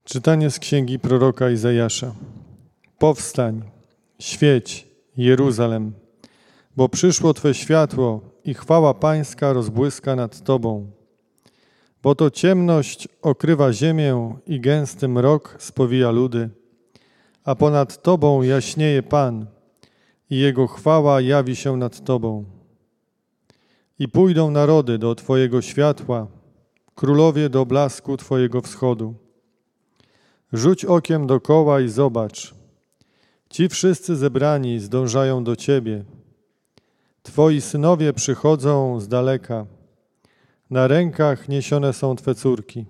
Czytanie z księgi proroka Izajasza. Powstań, świeć, Jeruzalem, bo przyszło Twe światło i chwała Pańska rozbłyska nad Tobą. Bo to ciemność okrywa ziemię i gęsty mrok spowija ludy, a ponad Tobą jaśnieje Pan i Jego chwała jawi się nad Tobą. I pójdą narody do Twojego światła, królowie do blasku Twojego wschodu. Rzuć okiem dokoła i zobacz. Ci wszyscy zebrani zdążają do Ciebie. Twoi synowie przychodzą z daleka. Na rękach niesione są Twe córki.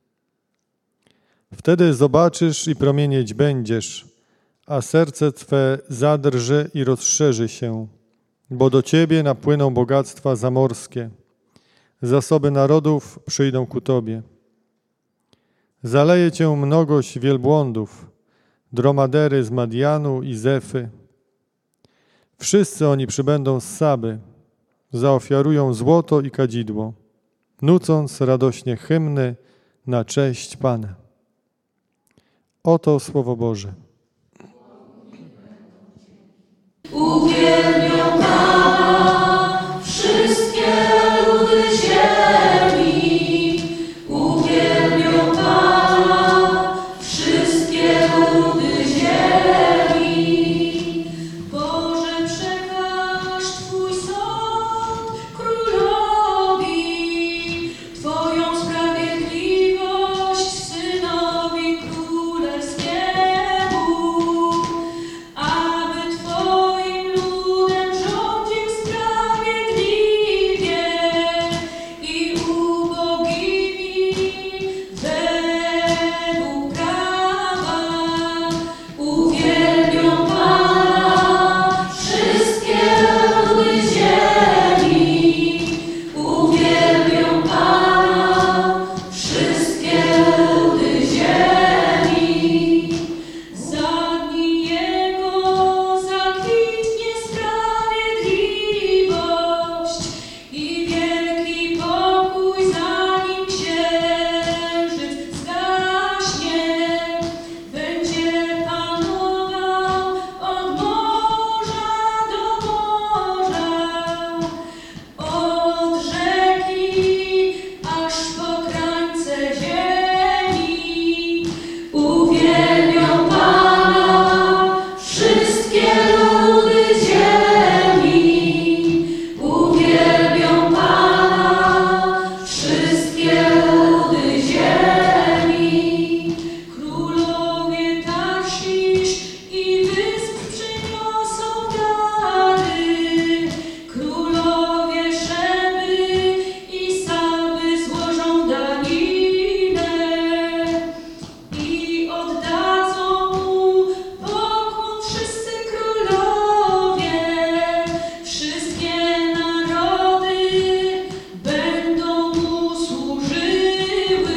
Wtedy zobaczysz i promienieć będziesz, a serce Twe zadrży i rozszerzy się, bo do Ciebie napłyną bogactwa zamorskie. Zasoby narodów przyjdą ku Tobie. Zaleje Cię mnogość wielbłądów, dromadery z Madianu i Zefy. Wszyscy oni przybędą z Saby, zaofiarują złoto i kadzidło, nucąc radośnie hymny na cześć Pana. Oto Słowo Boże. Uwielbią Pana wszystkie ludy ziemi. Uwielbią Pana wszystkie ludy ziemi. Boże, przekaż Twój sąd królowi, Twoją sprawiedliwość synowi królewskiemu, aby Twoim ludem rządził sprawiedliwie i ubogimi według prawa. Uwielbią Pana wszystkie ludy ziemi. Uwielbią Pana wszystkie ludy ziemi. Za dni Jego zakwitnie sprawiedliwość i wielki pokój, zanim księżyc zgaśnie. Będzie panował od morza do morza, od rzeki aż po krańce ziemi. Uwielbią Pana wszystkie ludy ziemi. Uwielbią Pana wszystkie ludy ziemi. Królowie Tarsisz i wysp przyniosą dary. Królowie Szeby i Saby złożą daninę i oddadzą mu pokłon wszyscy królowie. Wszystkie narody będą mu służyły.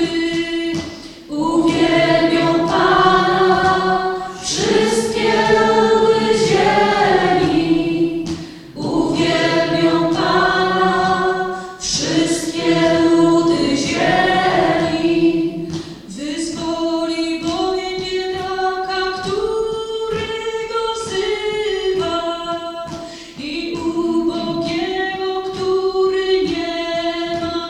Uwielbią Pana wszystkie ludy ziemi. Uwielbią Pana wszystkie ludy ziemi. Wyzwoli bowiem biedaka, który go wzywa, i ubogiego, który nie ma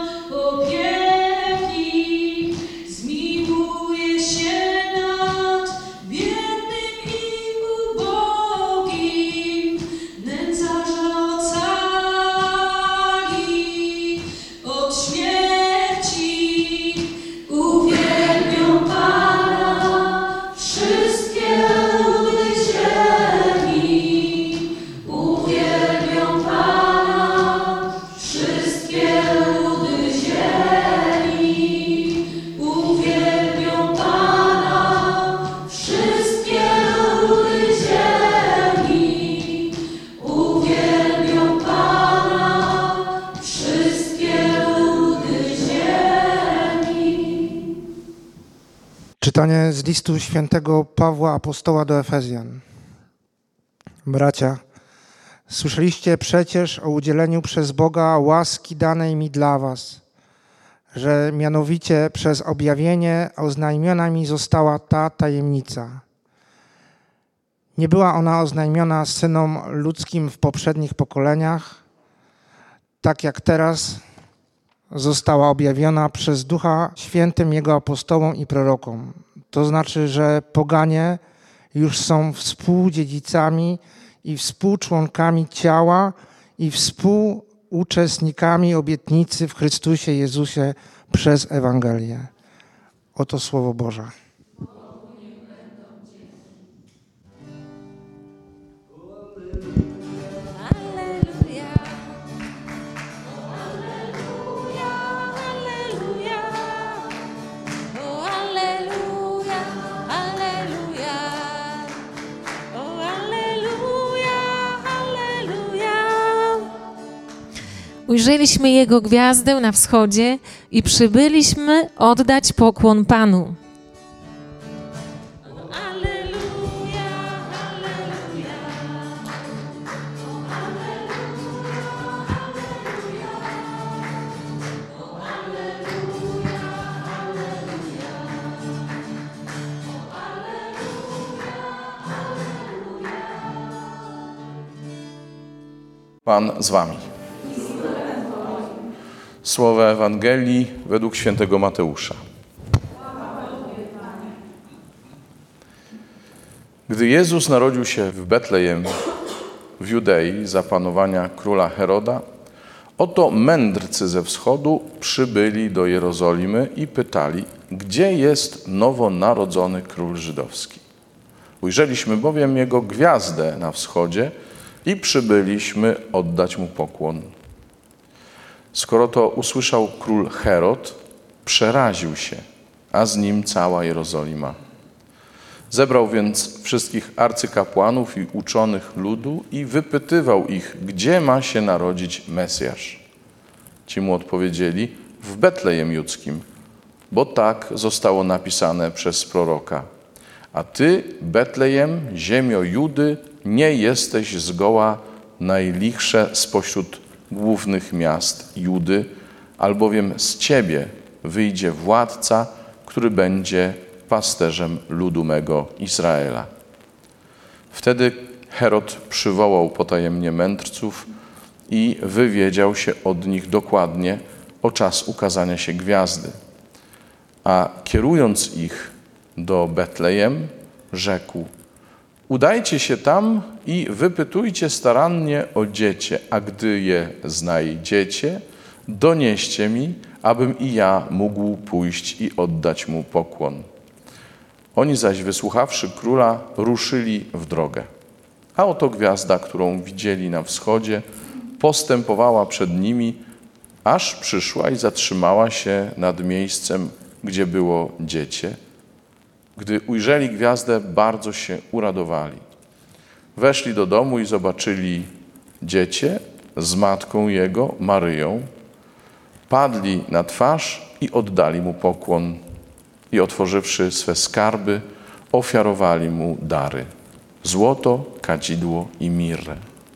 opieki. Zmiłuje się nad biednym i ubogim, nędzarza ocali od śmierci. Uwielbią Pana wszystkie ludy ziemi. Uwielbią Pana wszystkie ludy ziemi. Uwielbią Pana wszystkie ludy ziemi. Uwielbią Pana wszystkie ludy ziemi. Czytanie z listu świętego Pawła Apostoła do Efezjan. Bracia, słyszeliście przecież o udzieleniu przez Boga łaski danej mi dla was, że mianowicie przez objawienie oznajmiona mi została ta tajemnica. Nie była ona oznajmiona synom ludzkim w poprzednich pokoleniach, tak jak teraz została objawiona przez Ducha Świętym Jego apostołom i prorokom. To znaczy, że poganie już są współdziedzicami i współczłonkami ciała i współuczestnikami obietnicy w Chrystusie Jezusie przez Ewangelię. Oto Słowo Boże. Alleluja. Alleluja. Alleluja. O alleluja. Alleluja. O alleluja. Alleluja. Ujrzeliśmy Jego gwiazdę na wschodzie i przybyliśmy oddać pokłon Panu. Alleluja. Alleluja. Pan z wami. Słowo Ewangelii według świętego Mateusza. Gdy Jezus narodził się w Betlejem w Judei za panowania króla Heroda, oto mędrcy ze wschodu przybyli do Jerozolimy i pytali, gdzie jest nowonarodzony król żydowski. Ujrzeliśmy bowiem jego gwiazdę na wschodzie i przybyliśmy oddać mu pokłon. Skoro to usłyszał król Herod, przeraził się, a z nim cała Jerozolima. Zebrał więc wszystkich arcykapłanów i uczonych ludu i wypytywał ich, gdzie ma się narodzić Mesjasz. Ci mu odpowiedzieli, w Betlejem Judzkim, bo tak zostało napisane przez proroka. A ty, Betlejem, ziemio Judy, nie jesteś zgoła najlichsze spośród głównych miast Judy, albowiem z ciebie wyjdzie władca, który będzie pasterzem ludu mego Izraela. Wtedy Herod przywołał potajemnie mędrców i wywiedział się od nich dokładnie o czas ukazania się gwiazdy. A kierując ich do Betlejem, rzekł: udajcie się tam i wypytujcie starannie o dziecię, a gdy je znajdziecie, donieście mi, abym i ja mógł pójść i oddać mu pokłon. Oni zaś, wysłuchawszy króla, ruszyli w drogę. A oto gwiazda, którą widzieli na wschodzie, postępowała przed nimi, aż przyszła i zatrzymała się nad miejscem, gdzie było dziecię. Gdy ujrzeli gwiazdę, bardzo się uradowali. Weszli do domu i zobaczyli dziecię z matką jego, Maryją. Padli na twarz i oddali mu pokłon. I otworzywszy swe skarby, ofiarowali mu dary: złoto, kadzidło i mirrę.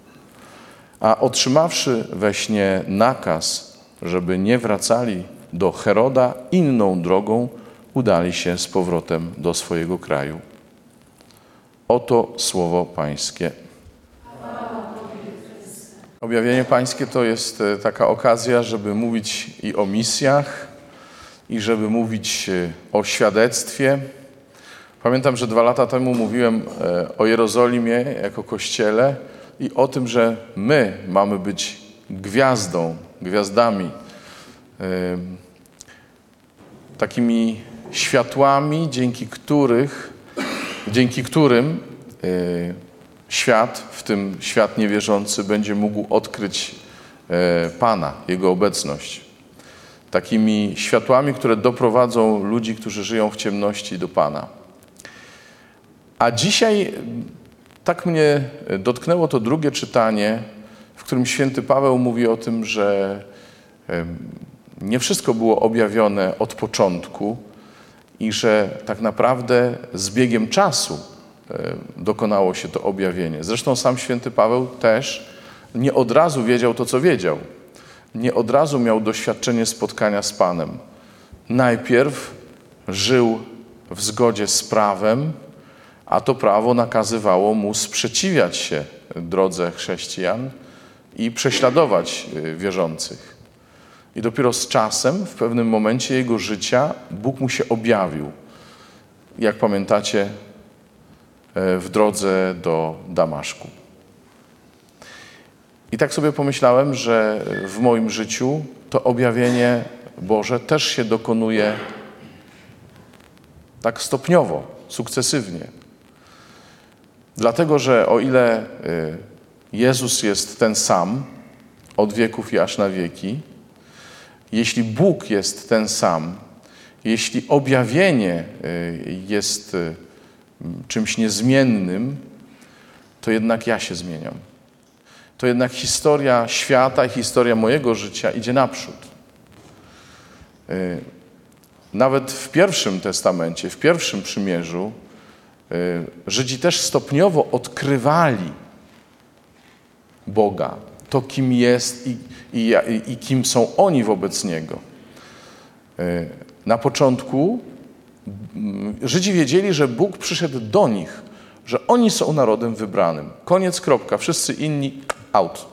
A otrzymawszy we śnie nakaz, żeby nie wracali do Heroda inną drogą, udali się z powrotem do swojego kraju. Oto słowo Pańskie. Objawienie Pańskie to jest taka okazja, żeby mówić i o misjach, i żeby mówić o świadectwie. Pamiętam, że 2 lata temu mówiłem o Jerozolimie jako Kościele i o tym, że my mamy być gwiazdami, takimi światłami, dzięki którym świat, w tym świat niewierzący, będzie mógł odkryć Pana, Jego obecność. Takimi światłami, które doprowadzą ludzi, którzy żyją w ciemności, do Pana. A dzisiaj tak mnie dotknęło to drugie czytanie, w którym święty Paweł mówi o tym, że nie wszystko było objawione od początku i że tak naprawdę z biegiem czasu dokonało się to objawienie. Zresztą sam święty Paweł też nie od razu wiedział to, co wiedział. Nie od razu miał doświadczenie spotkania z Panem. najpierw żył w zgodzie z prawem, a to prawo nakazywało mu sprzeciwiać się drodze chrześcijan i prześladować wierzących. I dopiero z czasem, w pewnym momencie jego życia, Bóg mu się objawił. Jak pamiętacie, w drodze do Damaszku. I tak sobie pomyślałem, że w moim życiu to objawienie Boże też się dokonuje tak stopniowo, sukcesywnie. Dlatego, że o ile Jezus jest ten sam od wieków i aż na wieki, jeśli Bóg jest ten sam, jeśli objawienie jest czymś niezmiennym, to jednak ja się zmieniam. To jednak historia świata i historia mojego życia idzie naprzód. Nawet w Pierwszym Testamencie, w Pierwszym Przymierzu Żydzi też stopniowo odkrywali Boga, to kim jest i kim są oni wobec Niego. Na początku Żydzi wiedzieli, że Bóg przyszedł do nich, że oni są narodem wybranym. Koniec, kropka. Wszyscy inni out.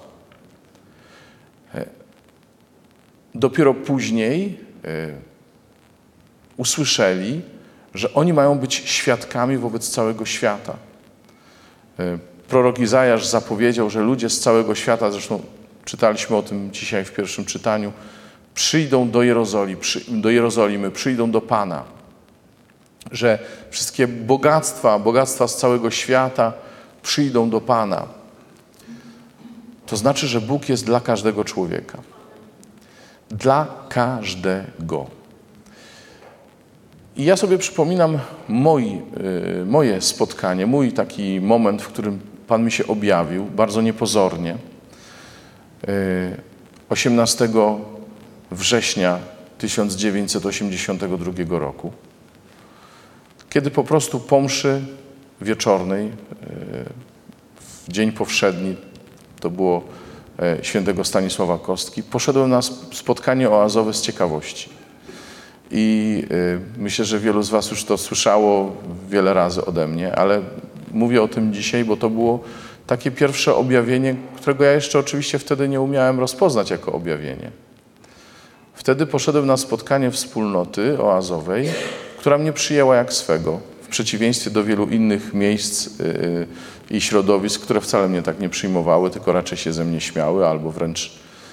Dopiero później usłyszeli, że oni mają być świadkami wobec całego świata. Prorok Izajasz zapowiedział, że ludzie z całego świata, zresztą czytaliśmy o tym dzisiaj w pierwszym czytaniu, przyjdą do Jerozolimy, przyjdą do Pana. Że wszystkie bogactwa z całego świata przyjdą do Pana. To znaczy, że Bóg jest dla każdego człowieka. Dla każdego. I ja sobie przypominam moje spotkanie, mój taki moment, w którym Pan mi się objawił, bardzo niepozornie. 18 września 1982 roku. Kiedy po prostu po mszy wieczornej, w dzień powszedni, to było świętego Stanisława Kostki, poszedłem na spotkanie oazowe z ciekawości. I myślę, że wielu z was już to słyszało wiele razy ode mnie, ale mówię o tym dzisiaj, bo to było takie pierwsze objawienie, którego ja jeszcze oczywiście wtedy nie umiałem rozpoznać jako objawienie. Wtedy poszedłem na spotkanie wspólnoty oazowej, która mnie przyjęła jak swego, w przeciwieństwie do wielu innych miejsc i środowisk, które wcale mnie tak nie przyjmowały, tylko raczej się ze mnie śmiały albo wręcz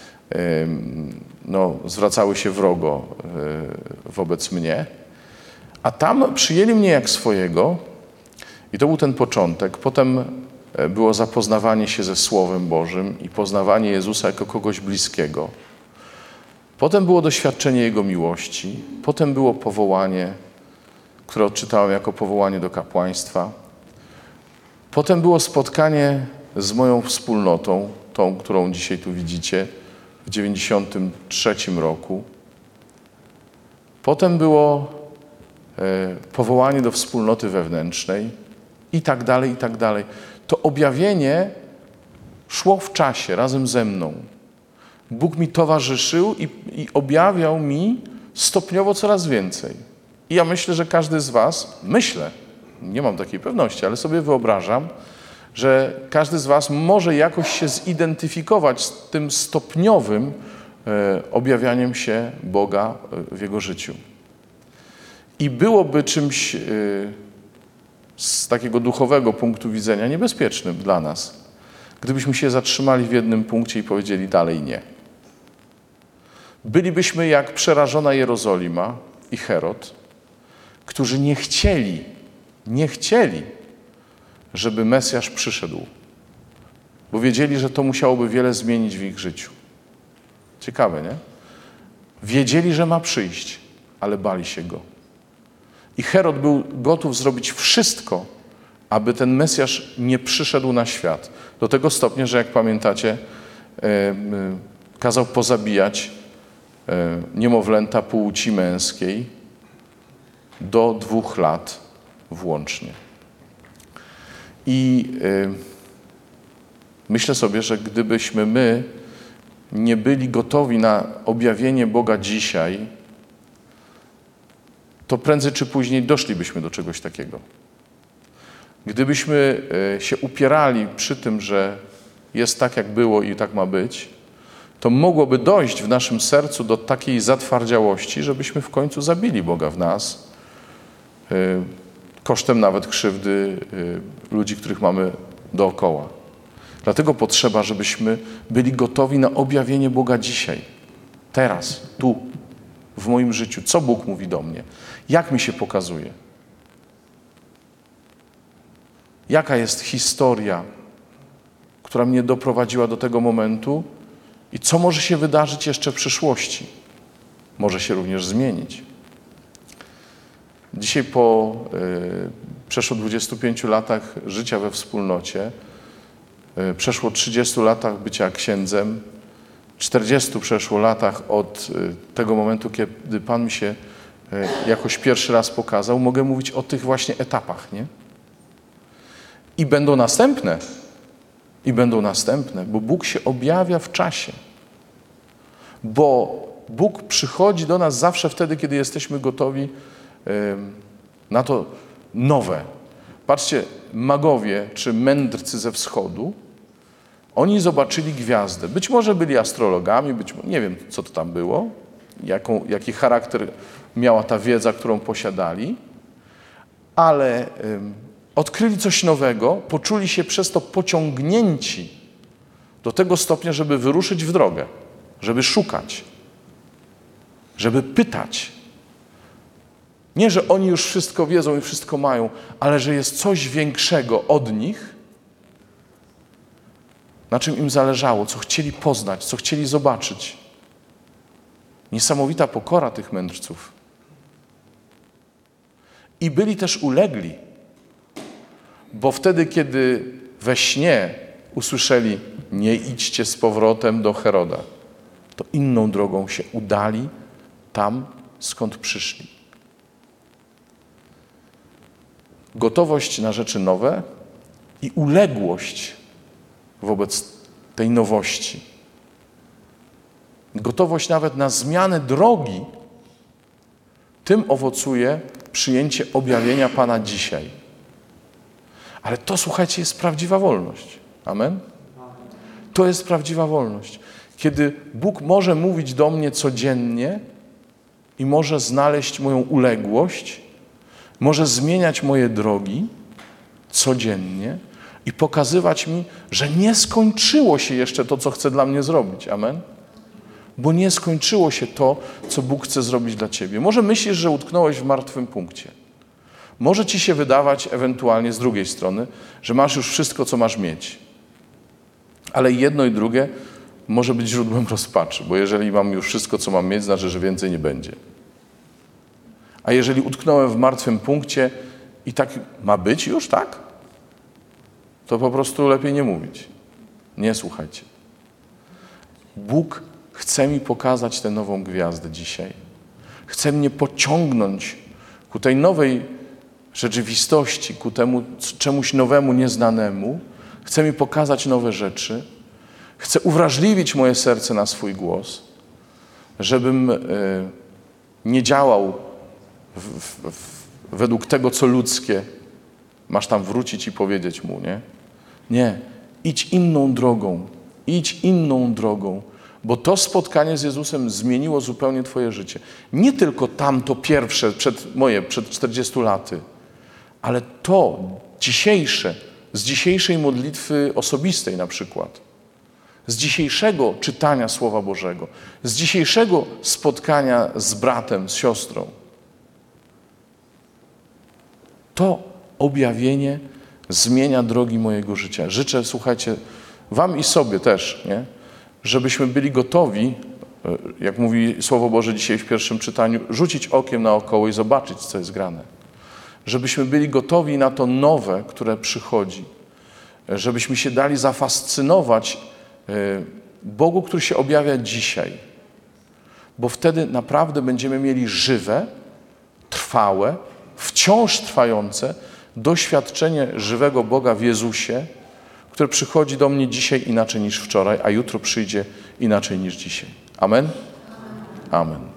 zwracały się wrogo wobec mnie. A tam przyjęli mnie jak swojego i to był ten początek. Potem było zapoznawanie się ze Słowem Bożym i poznawanie Jezusa jako kogoś bliskiego. Potem było doświadczenie Jego miłości. Potem było powołanie, które odczytałem jako powołanie do kapłaństwa. Potem było spotkanie z moją wspólnotą, tą, którą dzisiaj tu widzicie, w 1993 roku. Potem było powołanie do wspólnoty wewnętrznej i tak dalej, i tak dalej. To objawienie szło w czasie razem ze mną. Bóg mi towarzyszył i objawiał mi stopniowo coraz więcej. I ja myślę, że każdy z was, nie mam takiej pewności, ale sobie wyobrażam, że każdy z was może jakoś się zidentyfikować z tym stopniowym objawianiem się Boga w jego życiu. I byłoby czymś z takiego duchowego punktu widzenia niebezpiecznym dla nas, gdybyśmy się zatrzymali w jednym punkcie i powiedzieli dalej nie. Bylibyśmy jak przerażona Jerozolima i Herod, którzy nie chcieli, żeby Mesjasz przyszedł, bo wiedzieli, że to musiałoby wiele zmienić w ich życiu. Ciekawe, nie? Wiedzieli, że ma przyjść, ale bali się go. I Herod był gotów zrobić wszystko, aby ten Mesjasz nie przyszedł na świat. Do tego stopnia, że jak pamiętacie, kazał pozabijać niemowlęta płci męskiej do 2 lat włącznie. I myślę sobie, że gdybyśmy my nie byli gotowi na objawienie Boga dzisiaj, to prędzej czy później doszlibyśmy do czegoś takiego. Gdybyśmy się upierali przy tym, że jest tak, jak było i tak ma być, to mogłoby dojść w naszym sercu do takiej zatwardziałości, żebyśmy w końcu zabili Boga w nas, kosztem nawet krzywdy ludzi, których mamy dookoła. Dlatego potrzeba, żebyśmy byli gotowi na objawienie Boga dzisiaj, teraz, tu, w moim życiu. Co Bóg mówi do mnie? Jak mi się pokazuje? Jaka jest historia, która mnie doprowadziła do tego momentu i co może się wydarzyć jeszcze w przyszłości? Może się również zmienić. Dzisiaj po przeszło 25 latach życia we wspólnocie, przeszło 30 latach bycia księdzem, 40 przeszło latach od tego momentu, kiedy Pan mi się jakoś pierwszy raz pokazał, mogę mówić o tych właśnie etapach, nie? I będą następne. I będą następne, bo Bóg się objawia w czasie. Bo Bóg przychodzi do nas zawsze wtedy, kiedy jesteśmy gotowi na to nowe. Patrzcie, magowie czy mędrcy ze wschodu, oni zobaczyli gwiazdę. Być może byli astrologami, nie wiem, co to tam było, jaki charakter miała ta wiedza, którą posiadali, ale odkryli coś nowego, poczuli się przez to pociągnięci do tego stopnia, żeby wyruszyć w drogę, żeby szukać, żeby pytać. Nie, że oni już wszystko wiedzą i wszystko mają, ale że jest coś większego od nich, na czym im zależało, co chcieli poznać, co chcieli zobaczyć. Niesamowita pokora tych mędrców. I byli też ulegli, bo wtedy, kiedy we śnie usłyszeli: nie idźcie z powrotem do Heroda, to inną drogą się udali tam, skąd przyszli. Gotowość na rzeczy nowe i uległość wobec tej nowości. Gotowość nawet na zmianę drogi, tym owocuje przyjęcie objawienia Pana dzisiaj. Ale to, słuchajcie, jest prawdziwa wolność. Amen? To jest prawdziwa wolność. Kiedy Bóg może mówić do mnie codziennie i może znaleźć moją uległość, może zmieniać moje drogi codziennie i pokazywać mi, że nie skończyło się jeszcze to, co chce dla mnie zrobić. Amen? Bo nie skończyło się to, co Bóg chce zrobić dla ciebie. Może myślisz, że utknąłeś w martwym punkcie. Może ci się wydawać ewentualnie z drugiej strony, że masz już wszystko, co masz mieć. Ale jedno i drugie może być źródłem rozpaczy, bo jeżeli mam już wszystko, co mam mieć, znaczy, że więcej nie będzie. A jeżeli utknąłem w martwym punkcie i tak ma być już, tak? To po prostu lepiej nie mówić. Nie słuchajcie. Bóg chce mi pokazać tę nową gwiazdę dzisiaj. Chce mnie pociągnąć ku tej nowej rzeczywistości, ku temu czemuś nowemu, nieznanemu. Chce mi pokazać nowe rzeczy. Chce uwrażliwić moje serce na swój głos, żebym nie działał według tego, co ludzkie. Masz tam wrócić i powiedzieć mu, nie? Nie. Idź inną drogą. Idź inną drogą. Bo to spotkanie z Jezusem zmieniło zupełnie twoje życie. Nie tylko tamto pierwsze, przed 40 laty, ale to dzisiejsze, z dzisiejszej modlitwy osobistej na przykład, z dzisiejszego czytania Słowa Bożego, z dzisiejszego spotkania z bratem, z siostrą. To objawienie zmienia drogi mojego życia. Życzę, słuchajcie, wam i sobie też, nie? Żebyśmy byli gotowi, jak mówi Słowo Boże dzisiaj w pierwszym czytaniu, rzucić okiem naokoło i zobaczyć, co jest grane. Żebyśmy byli gotowi na to nowe, które przychodzi. Żebyśmy się dali zafascynować Bogu, który się objawia dzisiaj. Bo wtedy naprawdę będziemy mieli żywe, trwałe, wciąż trwające doświadczenie żywego Boga w Jezusie, które przychodzi do mnie dzisiaj inaczej niż wczoraj, a jutro przyjdzie inaczej niż dzisiaj. Amen? Amen.